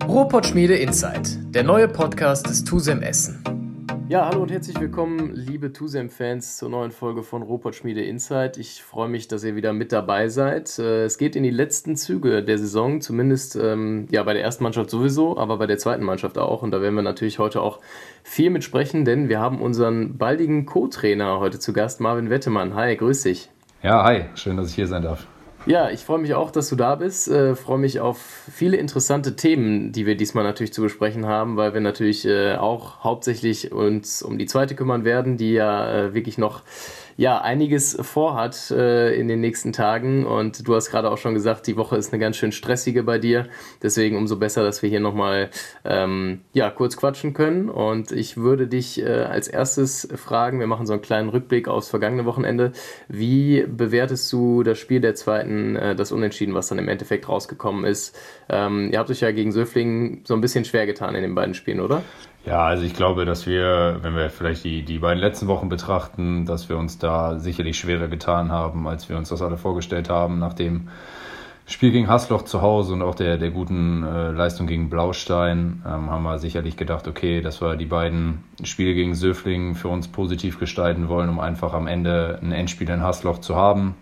Ruhrpott-Schmiede Insight, der neue Podcast des TUSEM Essen. Ja, hallo und herzlich willkommen, liebe TUSEM-Fans, zur neuen Folge von Ruhrpott-Schmiede Insight. Ich freue mich, dass ihr wieder mit dabei seid. Es geht in die letzten Züge der Saison, zumindest bei der ersten Mannschaft sowieso, aber bei der zweiten Mannschaft auch. Und da werden wir natürlich heute auch viel mit sprechen, denn wir haben unseren baldigen Co-Trainer heute zu Gast, Marvin Wettemann. Hi, grüß dich. Ja, hi, schön, dass ich hier sein darf. Ja, ich freue mich auch, dass du da bist. Freue mich auf viele interessante Themen, die wir diesmal natürlich zu besprechen haben, weil wir natürlich auch hauptsächlich uns um die zweite kümmern werden, die ja wirklich noch einiges vorhat in den nächsten Tagen. Und du hast gerade auch schon gesagt, die Woche ist eine ganz schön stressige bei dir. Deswegen umso besser, dass wir hier nochmal kurz quatschen können. Und ich würde dich als erstes fragen, wir machen so einen kleinen Rückblick aufs vergangene Wochenende. Wie bewertest du das Spiel der zweiten, das Unentschieden, was dann im Endeffekt rausgekommen ist? Ihr habt euch ja gegen Söflingen so ein bisschen schwer getan in den beiden Spielen, oder? Ja, also ich glaube, dass wir, wenn wir vielleicht die beiden letzten Wochen betrachten, dass wir uns da sicherlich schwerer getan haben, als wir uns das alle vorgestellt haben. Nach dem Spiel gegen Hasloch zu Hause und auch der guten Leistung gegen Blaustein haben wir sicherlich gedacht, okay, dass wir die beiden Spiele gegen Söflingen für uns positiv gestalten wollen, um einfach am Ende ein Endspiel in Hasloch zu haben.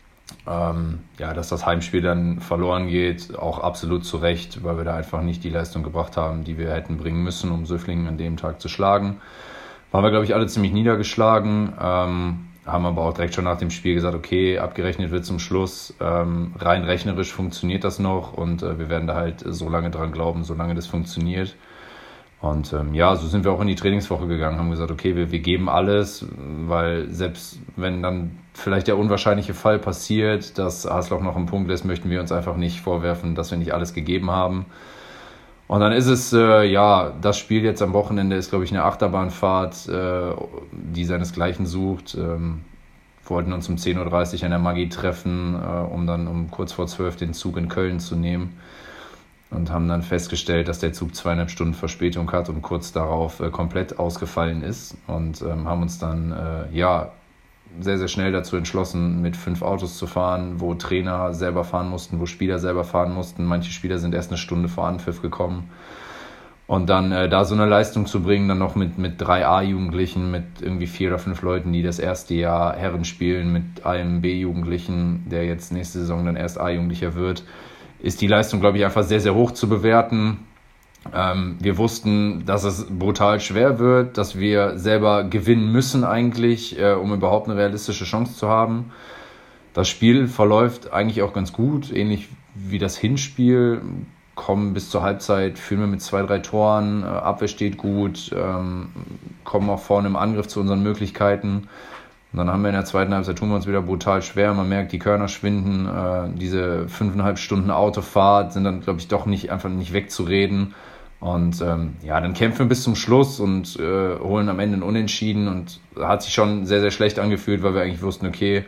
Dass das Heimspiel dann verloren geht, auch absolut zu Recht, weil wir da einfach nicht die Leistung gebracht haben, die wir hätten bringen müssen, um Söflingen an dem Tag zu schlagen. Waren wir, glaube ich, alle ziemlich niedergeschlagen, haben aber auch direkt schon nach dem Spiel gesagt, okay, abgerechnet wird zum Schluss, rein rechnerisch funktioniert das noch und wir werden da halt so lange dran glauben, solange das funktioniert. Und so sind wir auch in die Trainingswoche gegangen, haben gesagt, okay, wir geben alles, weil selbst wenn dann vielleicht der unwahrscheinliche Fall passiert, dass Hasloch noch ein Punkt ist, möchten wir uns einfach nicht vorwerfen, dass wir nicht alles gegeben haben. Und dann ist es, das Spiel jetzt am Wochenende ist, glaube ich, eine Achterbahnfahrt, die seinesgleichen sucht. Wollten uns um 10.30 Uhr an der Maggi treffen, um dann um kurz vor 12 den Zug in Köln zu nehmen. Und haben dann festgestellt, dass der Zug 2,5 Stunden Verspätung hat und kurz darauf komplett ausgefallen ist. Und haben uns dann sehr, sehr schnell dazu entschlossen, mit 5 Autos zu fahren, wo Trainer selber fahren mussten, wo Spieler selber fahren mussten. Manche Spieler sind erst eine Stunde vor Anpfiff gekommen. Und dann da so eine Leistung zu bringen, dann noch mit 3 A-Jugendlichen, mit irgendwie 4 oder 5 Leuten, die das erste Jahr Herren spielen, mit einem B-Jugendlichen, der jetzt nächste Saison dann erst A-Jugendlicher wird, ist die Leistung, glaube ich, einfach sehr, sehr hoch zu bewerten. Wir wussten, dass es brutal schwer wird, dass wir selber gewinnen müssen eigentlich, um überhaupt eine realistische Chance zu haben. Das Spiel verläuft eigentlich auch ganz gut, ähnlich wie das Hinspiel. Kommen bis zur Halbzeit, führen wir mit 2, 3 Toren, Abwehr steht gut, kommen auch vorne im Angriff zu unseren Möglichkeiten. Und dann haben wir in der zweiten Halbzeit, tun wir uns wieder brutal schwer. Man merkt, die Körner schwinden. Diese 5,5 Stunden Autofahrt sind dann, glaube ich, doch einfach nicht wegzureden. Und dann kämpfen wir bis zum Schluss und holen am Ende ein Unentschieden. Und hat sich schon sehr, sehr schlecht angefühlt, weil wir eigentlich wussten, okay,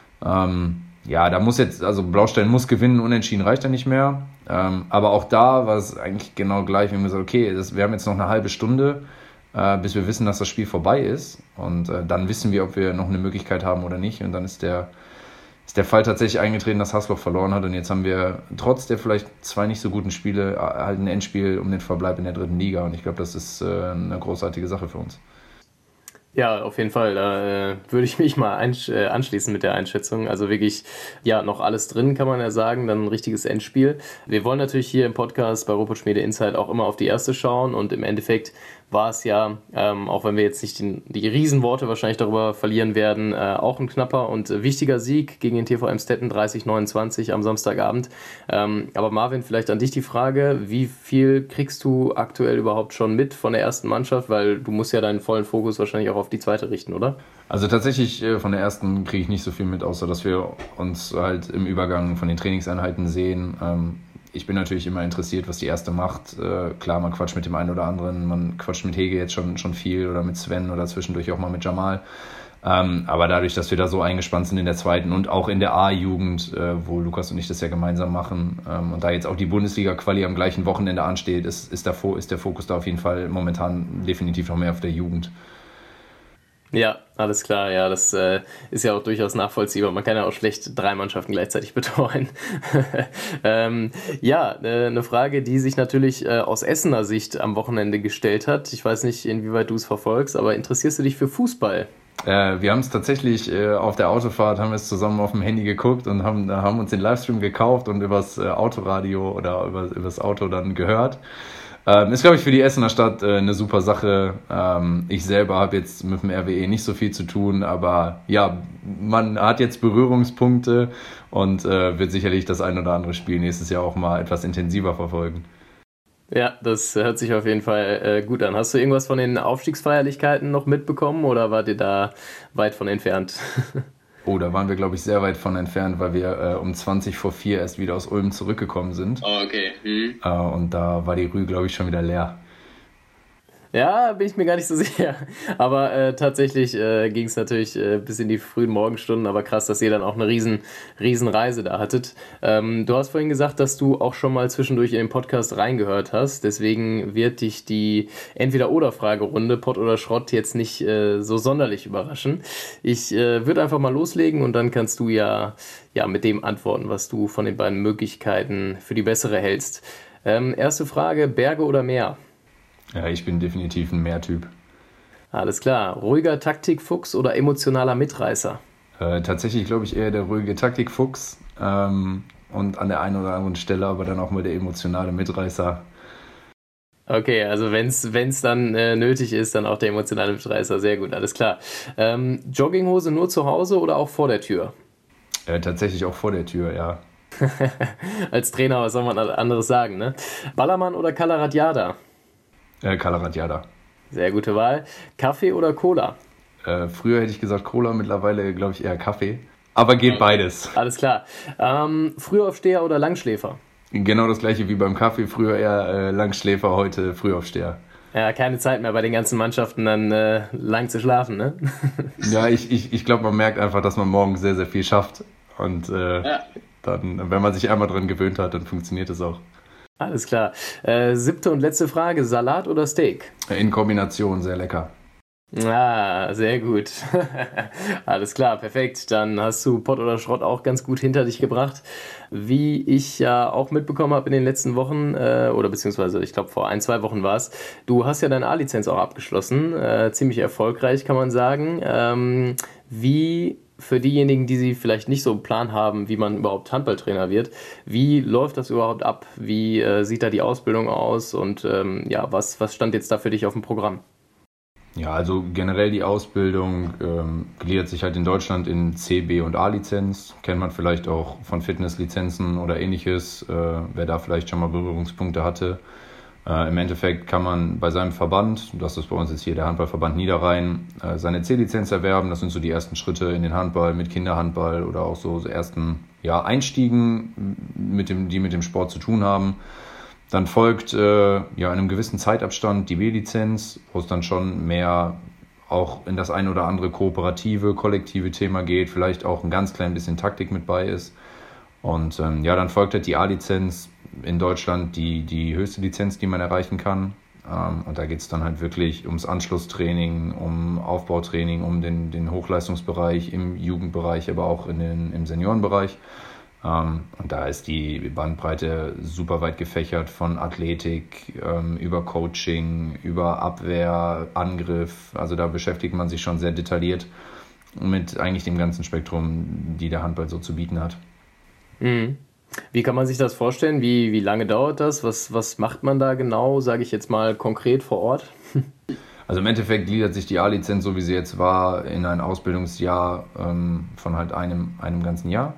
da muss jetzt, also Blaustein muss gewinnen, Unentschieden reicht ja nicht mehr. Aber auch da war es eigentlich genau gleich. Wir haben gesagt, okay, wir haben jetzt noch eine halbe Stunde, bis wir wissen, dass das Spiel vorbei ist. Und dann wissen wir, ob wir noch eine Möglichkeit haben oder nicht. Und dann ist der Fall tatsächlich eingetreten, dass Hasloch verloren hat. Und jetzt haben wir trotz der vielleicht 2 nicht so guten Spiele halt ein Endspiel um den Verbleib in der 3. Liga. Und ich glaube, das ist eine großartige Sache für uns. Ja, auf jeden Fall. Da würde ich mich mal anschließen mit der Einschätzung. Also wirklich, noch alles drin, kann man ja sagen. Dann ein richtiges Endspiel. Wir wollen natürlich hier im Podcast bei Ruhrpott-Schmiede Insight auch immer auf die erste schauen. Und im Endeffekt war es ja, auch wenn wir jetzt nicht die Riesenworte wahrscheinlich darüber verlieren werden, auch ein knapper und wichtiger Sieg gegen den TV Emstetten 30-29 am Samstagabend. Aber Marvin, vielleicht an dich die Frage, wie viel kriegst du aktuell überhaupt schon mit von der ersten Mannschaft? Weil du musst ja deinen vollen Fokus wahrscheinlich auch auf die zweite richten, oder? Also tatsächlich von der ersten kriege ich nicht so viel mit, außer dass wir uns halt im Übergang von den Trainingseinheiten sehen. Ich bin natürlich immer interessiert, was die erste macht. Klar, man quatscht mit dem einen oder anderen, man quatscht mit Hege jetzt schon viel oder mit Sven oder zwischendurch auch mal mit Jamal. Aber dadurch, dass wir da so eingespannt sind in der zweiten und auch in der A-Jugend, wo Lukas und ich das ja gemeinsam machen und da jetzt auch die Bundesliga-Quali am gleichen Wochenende ansteht, ist der Fokus da auf jeden Fall momentan definitiv noch mehr auf der Jugend. Ja, alles klar. Ja, das ist ja auch durchaus nachvollziehbar. Man kann ja auch schlecht drei Mannschaften gleichzeitig betreuen. Ja, eine Frage, die sich natürlich aus Essener Sicht am Wochenende gestellt hat. Ich weiß nicht, inwieweit du es verfolgst, aber interessierst du dich für Fußball? Wir haben es tatsächlich auf der Autofahrt, haben wir es zusammen auf dem Handy geguckt und haben uns den Livestream gekauft und übers Autoradio oder übers Auto dann gehört. Ist, glaube ich, für die Essener Stadt eine super Sache. Ich selber habe jetzt mit dem RWE nicht so viel zu tun, aber ja, man hat jetzt Berührungspunkte und wird sicherlich das ein oder andere Spiel nächstes Jahr auch mal etwas intensiver verfolgen. Ja, das hört sich auf jeden Fall gut an. Hast du irgendwas von den Aufstiegsfeierlichkeiten noch mitbekommen oder wart ihr da weit von entfernt? Oh, da waren wir, glaube ich, sehr weit von entfernt, weil wir um 20 vor 4 erst wieder aus Ulm zurückgekommen sind. Oh, okay. Und da war die Rue, glaube ich, schon wieder leer. Ja, bin ich mir gar nicht so sicher. Aber tatsächlich ging es natürlich bis in die frühen Morgenstunden, aber krass, dass ihr dann auch eine riesen Reise da hattet. Du hast vorhin gesagt, dass du auch schon mal zwischendurch in den Podcast reingehört hast. Deswegen wird dich die Entweder-oder-Fragerunde, Pott oder Schrott, jetzt nicht so sonderlich überraschen. Ich würde einfach mal loslegen und dann kannst du ja mit dem antworten, was du von den beiden Möglichkeiten für die bessere hältst. Erste Frage, Berge oder Meer? Ja, ich bin definitiv ein Mehrtyp. Alles klar. Ruhiger Taktikfuchs oder emotionaler Mitreißer? Tatsächlich glaube ich eher der ruhige Taktikfuchs und an der einen oder anderen Stelle aber dann auch mal der emotionale Mitreißer. Okay, also wenn's dann nötig ist, dann auch der emotionale Mitreißer. Sehr gut, alles klar. Jogginghose nur zu Hause oder auch vor der Tür? Tatsächlich auch vor der Tür, ja. Als Trainer, was soll man anderes sagen, ne? Ballermann oder Calaratiada? Calaratiada. Sehr gute Wahl. Kaffee oder Cola? Früher hätte ich gesagt Cola, mittlerweile glaube ich eher Kaffee. Aber geht beides. Alles klar. Frühaufsteher oder Langschläfer? Genau das gleiche wie beim Kaffee. Früher eher Langschläfer, heute Frühaufsteher. Ja, keine Zeit mehr bei den ganzen Mannschaften dann lang zu schlafen, ne? Ja, ich glaube, man merkt einfach, dass man morgens sehr, sehr viel schafft. Und dann, wenn man sich einmal dran gewöhnt hat, dann funktioniert es auch. Alles klar. Siebte und letzte Frage, Salat oder Steak? In Kombination sehr lecker. Ah, sehr gut. Alles klar, perfekt. Dann hast du Pott oder Schrott auch ganz gut hinter dich gebracht. Wie ich ja auch mitbekommen habe in den letzten Wochen, oder beziehungsweise ich glaube vor ein, zwei Wochen war es, du hast ja deine A-Lizenz auch abgeschlossen. Ziemlich erfolgreich, kann man sagen. Wie für diejenigen, die sie vielleicht nicht so einen Plan haben, wie man überhaupt Handballtrainer wird, wie läuft das überhaupt ab? Wie sieht da die Ausbildung aus? Und ja, was stand jetzt da für dich auf dem Programm? Ja, also generell die Ausbildung gliedert sich halt in Deutschland in C, B und A-Lizenz. Kennt man vielleicht auch von Fitnesslizenzen oder ähnliches, wer da vielleicht schon mal Berührungspunkte hatte. Im Endeffekt kann man bei seinem Verband, das ist bei uns jetzt hier der Handballverband Niederrhein, seine C-Lizenz erwerben. Das sind so die ersten Schritte in den Handball mit Kinderhandball oder auch so ersten Einstiegen, die mit dem Sport zu tun haben. Dann folgt in einem gewissen Zeitabstand die B-Lizenz, wo es dann schon mehr auch in das ein oder andere kooperative, kollektive Thema geht, vielleicht auch ein ganz klein bisschen Taktik mit bei ist. Und dann folgt halt die A-Lizenz in Deutschland, die höchste Lizenz, die man erreichen kann. Und da geht es dann halt wirklich ums Anschlusstraining, um Aufbautraining, um den Hochleistungsbereich im Jugendbereich, aber auch im Seniorenbereich. Und da ist die Bandbreite super weit gefächert von Athletik über Coaching, über Abwehr, Angriff. Also da beschäftigt man sich schon sehr detailliert mit eigentlich dem ganzen Spektrum, die der Handball so zu bieten hat. Mhm. Wie kann man sich das vorstellen? Wie lange dauert das? Was macht man da genau, sage ich jetzt mal konkret vor Ort? Also im Endeffekt gliedert sich die A-Lizenz, so wie sie jetzt war, in ein Ausbildungsjahr von halt einem ganzen Jahr.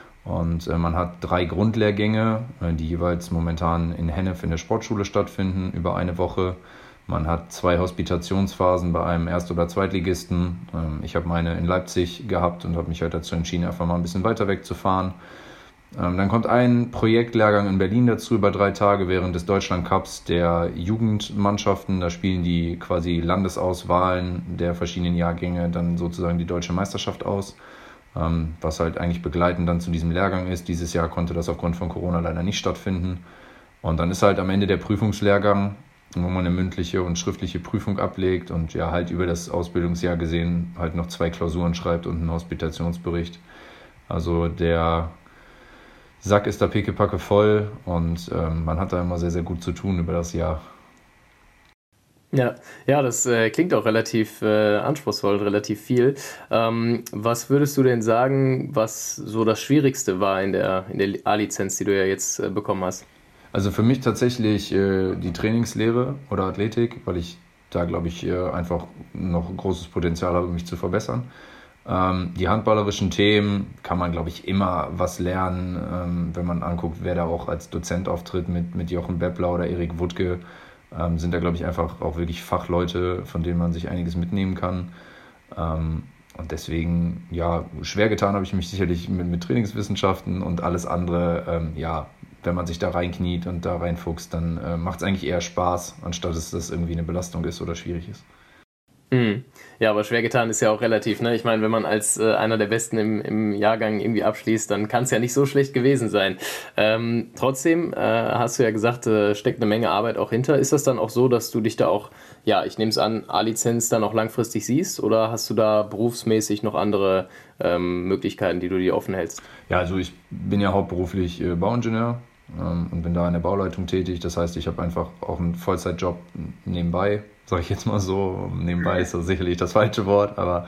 Und man hat 3 Grundlehrgänge, die jeweils momentan in Hennef in der Sportschule stattfinden, über eine Woche. Man hat 2 Hospitationsphasen bei einem Erst- oder Zweitligisten. Ich habe meine in Leipzig gehabt und habe mich halt dazu entschieden, einfach mal ein bisschen weiter wegzufahren. Dann kommt ein Projektlehrgang in Berlin dazu über 3 Tage während des Deutschlandcups der Jugendmannschaften. Da spielen die quasi Landesauswahlen der verschiedenen Jahrgänge dann sozusagen die deutsche Meisterschaft aus, was halt eigentlich begleitend dann zu diesem Lehrgang ist. Dieses Jahr konnte das aufgrund von Corona leider nicht stattfinden. Und dann ist halt am Ende der Prüfungslehrgang wo man eine mündliche und schriftliche Prüfung ablegt und ja halt über das Ausbildungsjahr gesehen halt noch 2 Klausuren schreibt und einen Hospitationsbericht. Also der Sack ist da pickepacke voll und man hat da immer sehr, sehr gut zu tun über das Jahr. Ja, ja, das klingt auch relativ anspruchsvoll, relativ viel. Was würdest du denn sagen, was so das Schwierigste war in der A-Lizenz, die du ja jetzt bekommen hast? Also für mich tatsächlich die Trainingslehre oder Athletik, weil ich da, glaube ich, einfach noch ein großes Potenzial habe, mich zu verbessern. Die handballerischen Themen kann man, glaube ich, immer was lernen, wenn man anguckt, wer da auch als Dozent auftritt mit Jochen Beppler oder Erik Wuttke. Sind da, glaube ich, einfach auch wirklich Fachleute, von denen man sich einiges mitnehmen kann. Und deswegen, ja, schwer getan habe ich mich sicherlich mit Trainingswissenschaften und alles andere, ja, wenn man sich da reinkniet und da reinfuchst, dann macht es eigentlich eher Spaß, anstatt dass das irgendwie eine Belastung ist oder schwierig ist. Mhm. Ja, aber schwer getan ist ja auch relativ, ne? Ich meine, wenn man als einer der Besten im Jahrgang irgendwie abschließt, dann kann es ja nicht so schlecht gewesen sein. Trotzdem hast du ja gesagt, steckt eine Menge Arbeit auch hinter. Ist das dann auch so, dass du dich da auch, ja, ich nehme es an, A-Lizenz dann auch langfristig siehst oder hast du da berufsmäßig noch andere Möglichkeiten, die du dir offen hältst? Ja, also ich bin ja hauptberuflich Bauingenieur und bin da in der Bauleitung tätig. Das heißt, ich habe einfach auch einen Vollzeitjob nebenbei, sage ich jetzt mal so. Nebenbei ist das sicherlich das falsche Wort, aber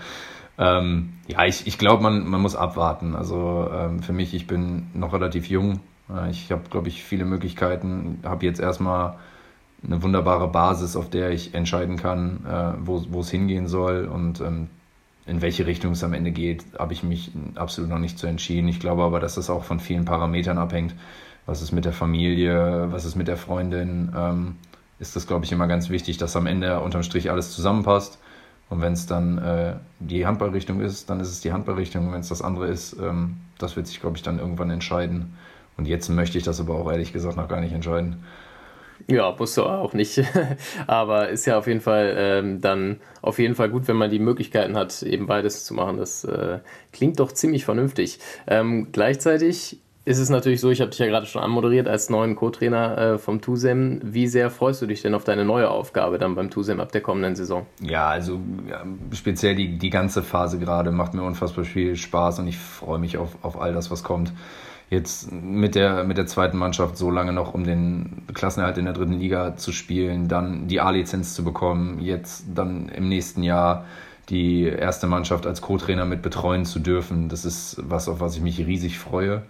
ja, ich glaube, man muss abwarten. Also für mich, ich bin noch relativ jung. Ich habe, glaube ich, viele Möglichkeiten. Habe jetzt erstmal eine wunderbare Basis, auf der ich entscheiden kann, wo es hingehen soll und in welche Richtung es am Ende geht, habe ich mich absolut noch nicht zu entschieden. Ich glaube aber, dass das auch von vielen Parametern abhängt. Was ist mit der Familie, was ist mit der Freundin? Ist das, glaube ich, immer ganz wichtig, dass am Ende unterm Strich alles zusammenpasst. Und wenn es dann die Handballrichtung ist, dann ist es die Handballrichtung. Und wenn es das andere ist, das wird sich, glaube ich, dann irgendwann entscheiden. Und jetzt möchte ich das aber auch ehrlich gesagt noch gar nicht entscheiden. Ja, musst du auch nicht. Aber ist ja auf jeden Fall dann auf jeden Fall gut, wenn man die Möglichkeiten hat, eben beides zu machen. Das klingt doch ziemlich vernünftig. Gleichzeitig ist es natürlich so, ich habe dich ja gerade schon anmoderiert als neuen Co-Trainer vom TUSEM. Wie sehr freust du dich denn auf deine neue Aufgabe dann beim TUSEM ab der kommenden Saison? Ja, also speziell die ganze Phase gerade macht mir unfassbar viel Spaß und ich freue mich auf all das, was kommt. Jetzt mit der zweiten Mannschaft so lange noch um den Klassenerhalt in der 3. Liga zu spielen, dann die A-Lizenz zu bekommen, jetzt dann im nächsten Jahr die erste Mannschaft als Co-Trainer mit betreuen zu dürfen. Das ist was, auf was ich mich riesig freue,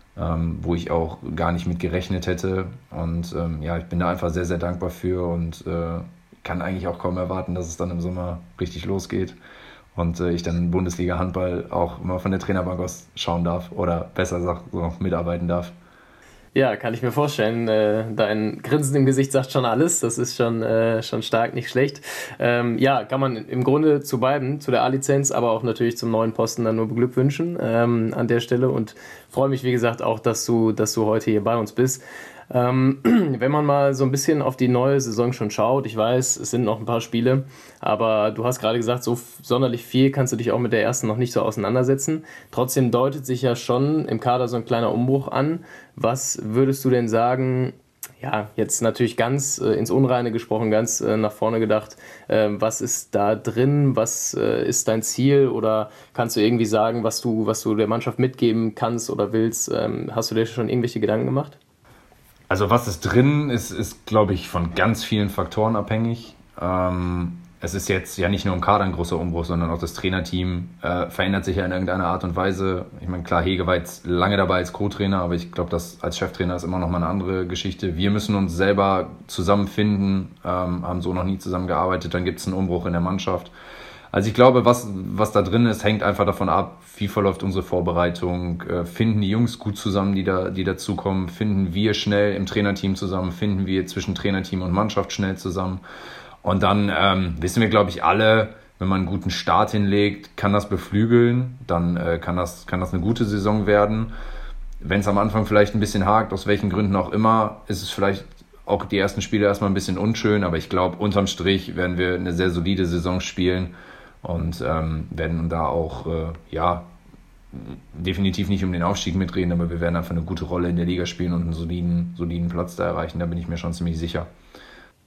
wo ich auch gar nicht mit gerechnet hätte. Und ja, ich bin da einfach sehr, sehr dankbar für und kann eigentlich auch kaum erwarten, dass es dann im Sommer richtig losgeht. Und ich dann Bundesliga-Handball auch mal von der Trainerbank aus schauen darf oder besser gesagt so mitarbeiten darf. Ja, kann ich mir vorstellen. Dein Grinsen im Gesicht sagt schon alles. Das ist schon stark, nicht schlecht. Ja, kann man im Grunde zu beiden, zu der A-Lizenz, aber auch natürlich zum neuen Posten dann nur beglückwünschen an der Stelle und freue mich, wie gesagt, auch, dass du heute hier bei uns bist. Wenn man mal so ein bisschen auf die neue Saison schon schaut, ich weiß, es sind noch ein paar Spiele, aber du hast gerade gesagt, so sonderlich viel kannst du dich auch mit der ersten noch nicht so auseinandersetzen. Trotzdem deutet sich ja schon im Kader so ein kleiner Umbruch an. Was würdest du denn sagen, ja, jetzt natürlich ganz ins Unreine gesprochen, ganz nach vorne gedacht, was ist da drin, was ist dein Ziel oder kannst du irgendwie sagen, was du der Mannschaft mitgeben kannst oder willst? Hast du dir schon irgendwelche Gedanken gemacht? Also was ist drin, ist glaube ich, von ganz vielen Faktoren abhängig. Es ist jetzt ja nicht nur im Kader ein großer Umbruch, sondern auch das Trainerteam verändert sich ja in irgendeiner Art und Weise. Ich meine, klar, Hege war jetzt lange dabei als Co-Trainer, aber ich glaube, das als Cheftrainer ist immer noch mal eine andere Geschichte. Wir müssen uns selber zusammenfinden, haben so noch nie zusammengearbeitet, dann gibt es einen Umbruch in der Mannschaft. Also ich glaube, was da drin ist, hängt einfach davon ab, wie verläuft unsere Vorbereitung, finden die Jungs gut zusammen, die dazukommen, finden wir schnell im Trainerteam zusammen, finden wir zwischen Trainerteam und Mannschaft schnell zusammen. Und dann wissen wir, glaube ich, alle, wenn man einen guten Start hinlegt, kann das beflügeln, dann kann das eine gute Saison werden. Wenn es am Anfang vielleicht ein bisschen hakt, aus welchen Gründen auch immer, ist es vielleicht auch die ersten Spiele erstmal ein bisschen unschön, aber ich glaube, unterm Strich werden wir eine sehr solide Saison spielen und werden da auch, ja, definitiv nicht um den Aufstieg mitreden, aber wir werden einfach eine gute Rolle in der Liga spielen und einen soliden Platz da erreichen, da bin ich mir schon ziemlich sicher.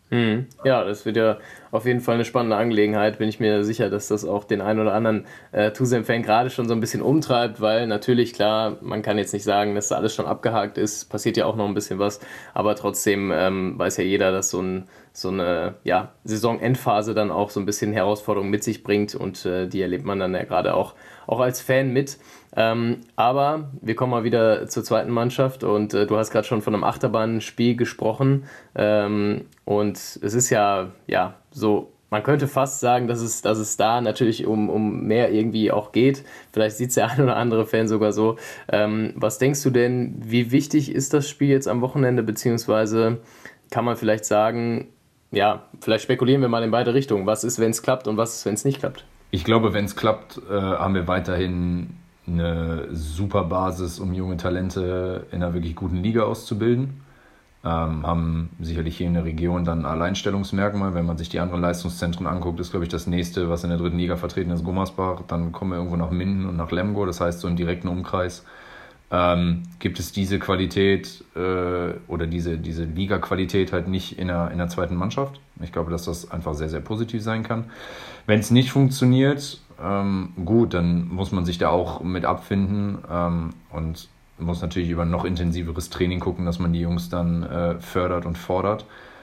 Mhm. Ja, das wird ja auf jeden Fall eine spannende Angelegenheit. Bin ich mir sicher, dass das auch den einen oder anderen Tusem-Fan gerade schon so ein bisschen umtreibt, weil natürlich, klar, man kann jetzt nicht sagen, dass da alles schon abgehakt ist. Passiert ja auch noch ein bisschen was, aber trotzdem weiß ja jeder, dass so eine ja, Saisonendphase dann auch so ein bisschen Herausforderungen mit sich bringt und die erlebt man dann ja gerade auch als Fan mit. Aber wir kommen mal wieder zur zweiten Mannschaft und du hast gerade schon von einem Achterbahnspiel gesprochen. Und es ist ja, so, man könnte fast sagen, dass es da natürlich um mehr irgendwie auch geht. Vielleicht sieht es der ein oder andere Fan sogar so. Was denkst du denn, wie wichtig ist das Spiel jetzt am Wochenende, beziehungsweise kann man vielleicht sagen, ja, vielleicht spekulieren wir mal in beide Richtungen. Was ist, wenn es klappt und was ist, wenn es nicht klappt? Ich glaube, wenn es klappt, haben wir weiterhin eine super Basis, um junge Talente in einer wirklich guten Liga auszubilden. Haben sicherlich hier in der Region dann ein Alleinstellungsmerkmal. Wenn man sich die anderen Leistungszentren anguckt, ist, glaube ich, das nächste, was in der dritten Liga vertreten ist, Gummersbach. Dann kommen wir irgendwo nach Minden und nach Lemgo, das heißt so im direkten Umkreis. Gibt es diese Qualität oder diese Liga-Qualität halt nicht in der zweiten Mannschaft. Ich glaube, dass das einfach sehr, sehr positiv sein kann. Wenn es nicht funktioniert, gut, dann muss man sich da auch mit abfinden und muss natürlich über noch intensiveres Training gucken, dass man die Jungs dann fördert und fordert.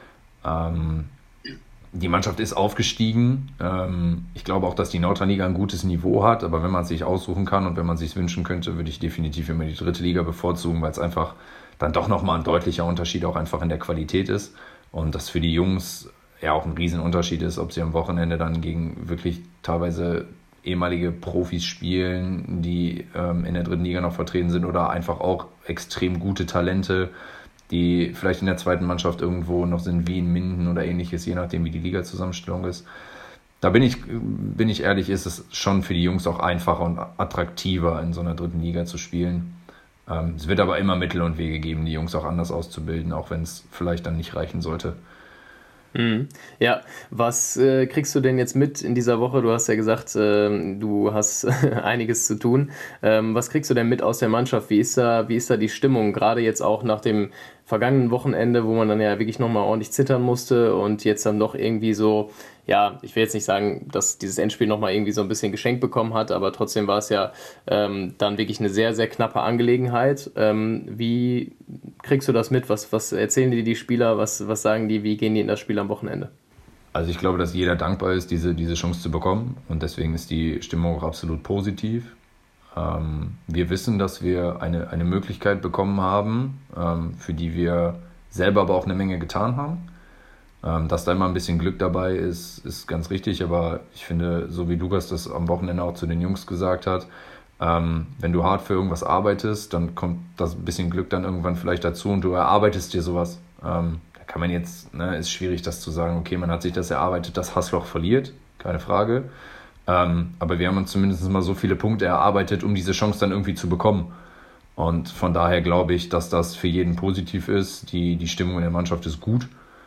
Die Mannschaft ist aufgestiegen. Ich glaube auch, dass die Nordrhein-Liga ein gutes Niveau hat, aber wenn man es sich aussuchen kann und wenn man es sich wünschen könnte, würde ich definitiv immer die dritte Liga bevorzugen, weil es einfach dann doch nochmal ein deutlicher Unterschied auch einfach in der Qualität ist und das für die Jungs ja auch ein Riesenunterschied ist, ob sie am Wochenende dann gegen wirklich teilweise ehemalige Profis spielen, die in der dritten Liga noch vertreten sind oder einfach auch extrem gute Talente, die vielleicht in der zweiten Mannschaft irgendwo noch sind, wie in Minden oder ähnliches, je nachdem wie die Liga-Zusammenstellung ist. Da bin ich ehrlich, ist es schon für die Jungs auch einfacher und attraktiver, in so einer dritten Liga zu spielen. Es wird aber immer Mittel und Wege geben, die Jungs auch anders auszubilden, auch wenn es vielleicht dann nicht reichen sollte. Mhm. Ja, was kriegst du denn jetzt mit in dieser Woche? Du hast ja gesagt, du hast einiges zu tun. Was kriegst du denn mit aus der Mannschaft? Wie ist da die Stimmung? Gerade jetzt auch nach dem vergangenen Wochenende, wo man dann ja wirklich nochmal ordentlich zittern musste und jetzt dann doch irgendwie so, ja, ich will jetzt nicht sagen, dass dieses Endspiel nochmal irgendwie so ein bisschen geschenkt bekommen hat, aber trotzdem war es ja dann wirklich eine sehr, sehr knappe Angelegenheit. Wie kriegst du das mit? Was erzählen dir die Spieler? Was sagen die? Wie gehen die in das Spiel am Wochenende? Also ich glaube, dass jeder dankbar ist, diese Chance zu bekommen und deswegen ist die Stimmung auch absolut positiv. Wir wissen, dass wir eine Möglichkeit bekommen haben, für die wir selber aber auch eine Menge getan haben. Dass da immer ein bisschen Glück dabei ist ganz richtig, aber ich finde, so wie Lukas das am Wochenende auch zu den Jungs gesagt hat, wenn du hart für irgendwas arbeitest, dann kommt das ein bisschen Glück dann irgendwann vielleicht dazu und du erarbeitest dir sowas. Da kann man jetzt, ne, ist schwierig das zu sagen, okay, man hat sich das erarbeitet, dass Haßloch verliert, keine Frage. Aber wir haben uns zumindest mal so viele Punkte erarbeitet, um diese Chance dann irgendwie zu bekommen. Und von daher glaube ich, dass das für jeden positiv ist. Die Stimmung in der Mannschaft ist gut.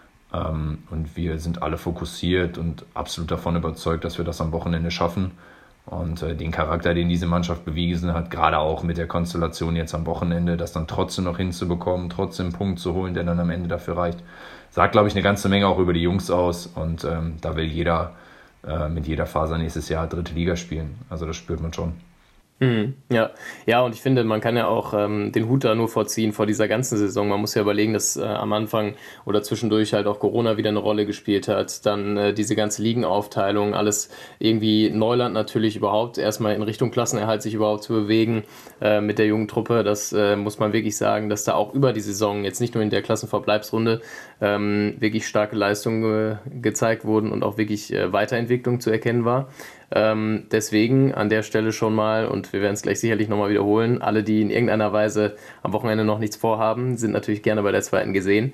Und wir sind alle fokussiert und absolut davon überzeugt, dass wir das am Wochenende schaffen. Und den Charakter, den diese Mannschaft bewiesen hat, gerade auch mit der Konstellation jetzt am Wochenende, das dann trotzdem noch hinzubekommen, trotzdem einen Punkt zu holen, der dann am Ende dafür reicht, sagt, glaube ich, eine ganze Menge auch über die Jungs aus. Und da will jeder mit jeder Faser nächstes Jahr dritte Liga spielen. Also das spürt man schon. Mhm, ja, ja, und ich finde, man kann ja auch den Hut da nur vorziehen vor dieser ganzen Saison. Man muss ja überlegen, dass am Anfang oder zwischendurch halt auch Corona wieder eine Rolle gespielt hat. Dann diese ganze Ligenaufteilung, alles irgendwie Neuland natürlich überhaupt erstmal in Richtung Klassenerhalt sich überhaupt zu bewegen mit der jungen Truppe. Das muss man wirklich sagen, dass da auch über die Saison, jetzt nicht nur in der Klassenverbleibsrunde, wirklich starke Leistungen gezeigt wurden und auch wirklich Weiterentwicklung zu erkennen war. Deswegen an der Stelle schon mal, und wir werden es gleich sicherlich nochmal wiederholen, alle, die in irgendeiner Weise am Wochenende noch nichts vorhaben, sind natürlich gerne bei der zweiten gesehen.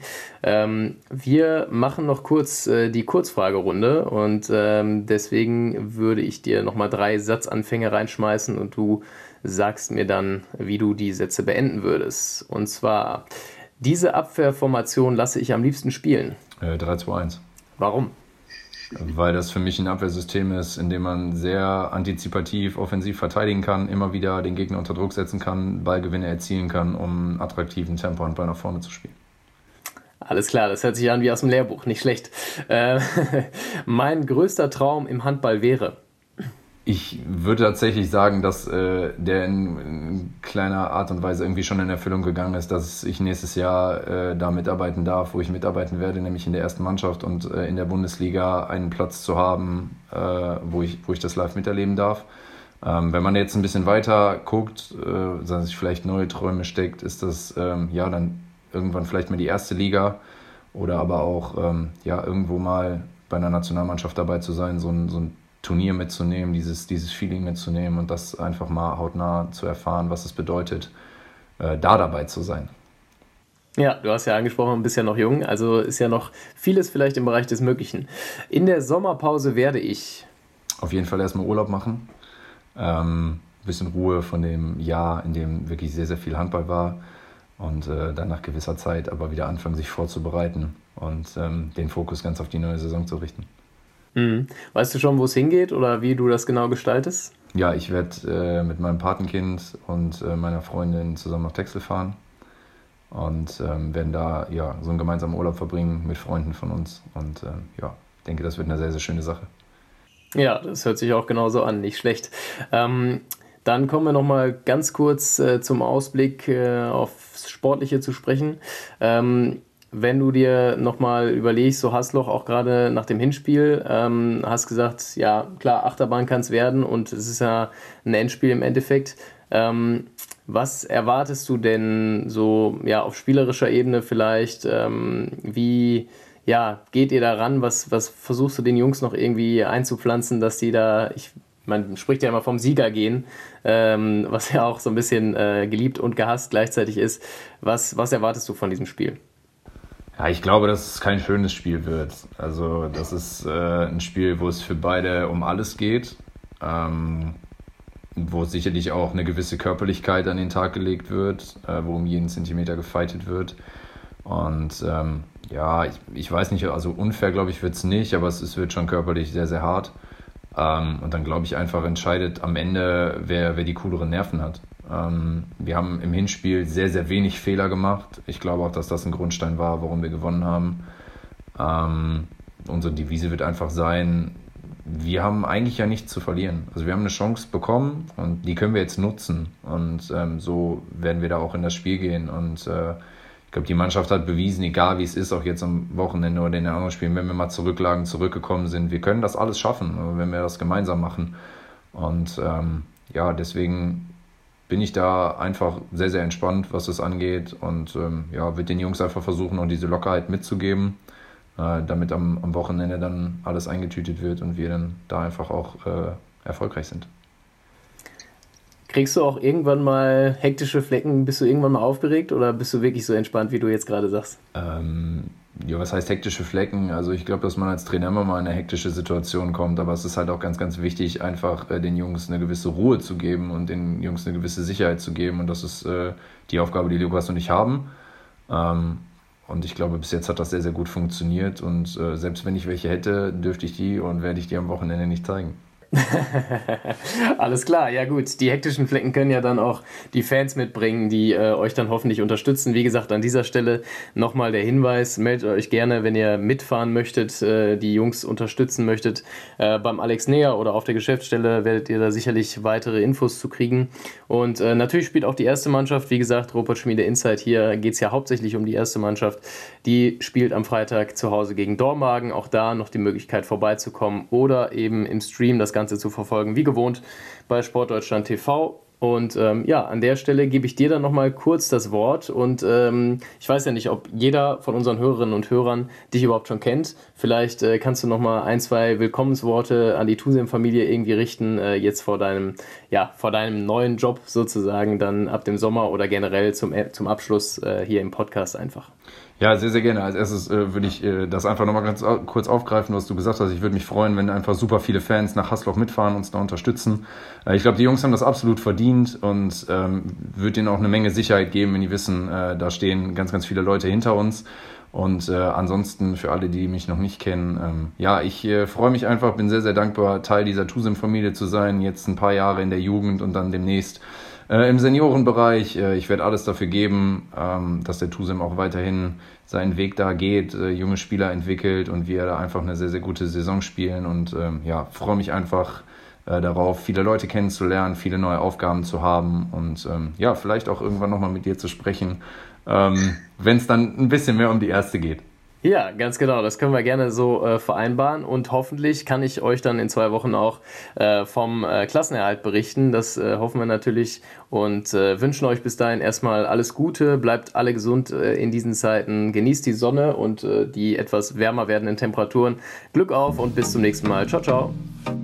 Wir machen noch kurz die Kurzfragerunde und deswegen würde ich dir nochmal 3 Satzanfänge reinschmeißen und du sagst mir dann, wie du die Sätze beenden würdest. Und zwar, diese Abwehrformation lasse ich am liebsten spielen. 3-2-1. Warum? Weil das für mich ein Abwehrsystem ist, in dem man sehr antizipativ, offensiv verteidigen kann, immer wieder den Gegner unter Druck setzen kann, Ballgewinne erzielen kann, um einen attraktiven Tempo und Ball nach vorne zu spielen. Alles klar, das hört sich an wie aus dem Lehrbuch, nicht schlecht. Äh, Mein größter Traum im Handball wäre. Ich würde tatsächlich sagen, dass der in kleiner Art und Weise irgendwie schon in Erfüllung gegangen ist, dass ich nächstes Jahr da mitarbeiten darf, wo ich mitarbeiten werde, nämlich in der ersten Mannschaft und in der Bundesliga einen Platz zu haben, wo ich das live miterleben darf. Wenn man jetzt ein bisschen weiter guckt, sich vielleicht neue Träume steckt, ist das ja dann irgendwann vielleicht mal die erste Liga oder aber auch ja irgendwo mal bei einer Nationalmannschaft dabei zu sein, so ein Turnier mitzunehmen, dieses Feeling mitzunehmen und das einfach mal hautnah zu erfahren, was es bedeutet, da dabei zu sein. Ja, du hast ja angesprochen, du bist ja noch jung, also ist ja noch vieles vielleicht im Bereich des Möglichen. In der Sommerpause werde ich. Auf jeden Fall erstmal Urlaub machen, bisschen Ruhe von dem Jahr, in dem wirklich sehr, sehr viel Handball war und dann nach gewisser Zeit aber wieder anfangen, sich vorzubereiten und den Fokus ganz auf die neue Saison zu richten. Mhm. Weißt du schon, wo es hingeht oder wie du das genau gestaltest? Ja, ich werde mit meinem Patenkind und meiner Freundin zusammen nach Texel fahren und werden da ja so einen gemeinsamen Urlaub verbringen mit Freunden von uns und ja, denke, das wird eine sehr, sehr schöne Sache. Ja, das hört sich auch genauso an, nicht schlecht. Dann kommen wir nochmal ganz kurz zum Ausblick aufs Sportliche zu sprechen. Wenn du dir nochmal überlegst, so Haßloch auch gerade nach dem Hinspiel, hast gesagt, ja klar, Achterbahn kann es werden und es ist ja ein Endspiel im Endeffekt. Was erwartest du denn so ja, auf spielerischer Ebene vielleicht? Wie ja, geht ihr da ran? Was versuchst du den Jungs noch irgendwie einzupflanzen, dass die da, man spricht ja immer vom Sieger gehen, was ja auch so ein bisschen geliebt und gehasst gleichzeitig ist. Was erwartest du von diesem Spiel? Ja, ich glaube, dass es kein schönes Spiel wird. Also das ist ein Spiel, wo es für beide um alles geht, wo sicherlich auch eine gewisse Körperlichkeit an den Tag gelegt wird, wo um jeden Zentimeter gefeitet wird. Und ja, ich weiß nicht, also unfair glaube ich wird es nicht, aber es wird schon körperlich sehr, sehr hart. Und dann glaube ich einfach entscheidet am Ende, wer die cooleren Nerven hat. Wir haben im Hinspiel sehr, sehr wenig Fehler gemacht. Ich glaube auch, dass das ein Grundstein war, warum wir gewonnen haben. Unsere Devise wird einfach sein, wir haben eigentlich ja nichts zu verlieren. Also wir haben eine Chance bekommen und die können wir jetzt nutzen. Und so werden wir da auch in das Spiel gehen. Und ich glaube, die Mannschaft hat bewiesen, egal wie es ist, auch jetzt am Wochenende oder in den anderen Spielen, wenn wir mal zurücklagen, zurückgekommen sind, wir können das alles schaffen, wenn wir das gemeinsam machen. Und ja, deswegen bin ich da einfach sehr, sehr entspannt, was das angeht und ja, wird den Jungs einfach versuchen, auch diese Lockerheit mitzugeben, damit am Wochenende dann alles eingetütet wird und wir dann da einfach auch erfolgreich sind. Kriegst du auch irgendwann mal hektische Flecken? Bist du irgendwann mal aufgeregt oder bist du wirklich so entspannt, wie du jetzt gerade sagst? Ja, was heißt hektische Flecken? Also ich glaube, dass man als Trainer immer mal in eine hektische Situation kommt, aber es ist halt auch ganz, ganz wichtig, einfach den Jungs eine gewisse Ruhe zu geben und den Jungs eine gewisse Sicherheit zu geben und das ist die Aufgabe, die Lukas und ich haben. Und ich glaube, bis jetzt hat das sehr, sehr gut funktioniert und selbst wenn ich welche hätte, dürfte ich die und werde ich die am Wochenende nicht zeigen. Alles klar, ja gut. Die hektischen Flecken können ja dann auch die Fans mitbringen, die euch dann hoffentlich unterstützen. Wie gesagt, an dieser Stelle nochmal der Hinweis, meldet euch gerne, wenn ihr mitfahren möchtet, die Jungs unterstützen möchtet. Beim Alex Näher oder auf der Geschäftsstelle werdet ihr da sicherlich weitere Infos zu kriegen. Und natürlich spielt auch die erste Mannschaft. Wie gesagt, Rupert Schmiede Insight, hier geht es ja hauptsächlich um die erste Mannschaft. Die spielt am Freitag zu Hause gegen Dormagen. Auch da noch die Möglichkeit vorbeizukommen oder eben im Stream das Ganze zu verfolgen, wie gewohnt bei Sportdeutschland TV. Und ja, an der Stelle gebe ich dir dann nochmal kurz das Wort. Und ich weiß ja nicht, ob jeder von unseren Hörerinnen und Hörern dich überhaupt schon kennt. Vielleicht kannst du nochmal ein, zwei Willkommensworte an die Tusem-Familie irgendwie richten, jetzt vor deinem neuen Job sozusagen, dann ab dem Sommer oder generell zum Abschluss hier im Podcast einfach. Ja, sehr, sehr gerne. Als erstes würde ich das einfach nochmal ganz kurz aufgreifen, was du gesagt hast. Ich würde mich freuen, wenn einfach super viele Fans nach Haßloch mitfahren, uns da unterstützen. Ich glaube, die Jungs haben das absolut verdient und würde ihnen auch eine Menge Sicherheit geben, wenn die wissen, da stehen ganz, ganz viele Leute hinter uns. Und ansonsten für alle, die mich noch nicht kennen, ja, ich freue mich einfach, bin sehr, sehr dankbar, Teil dieser Tusem-Familie zu sein, jetzt ein paar Jahre in der Jugend und dann demnächst Im Seniorenbereich, ich werde alles dafür geben, dass der TuSim auch weiterhin seinen Weg da geht, junge Spieler entwickelt und wir da einfach eine sehr, sehr gute Saison spielen und freue mich einfach darauf, viele Leute kennenzulernen, viele neue Aufgaben zu haben und vielleicht auch irgendwann nochmal mit dir zu sprechen, wenn es dann ein bisschen mehr um die erste geht. Ja, ganz genau. Das können wir gerne so vereinbaren und hoffentlich kann ich euch dann in 2 Wochen auch vom Klassenerhalt berichten. Das hoffen wir natürlich und wünschen euch bis dahin erstmal alles Gute. Bleibt alle gesund in diesen Zeiten. Genießt die Sonne und die etwas wärmer werdenden Temperaturen. Glück auf und bis zum nächsten Mal. Ciao, ciao.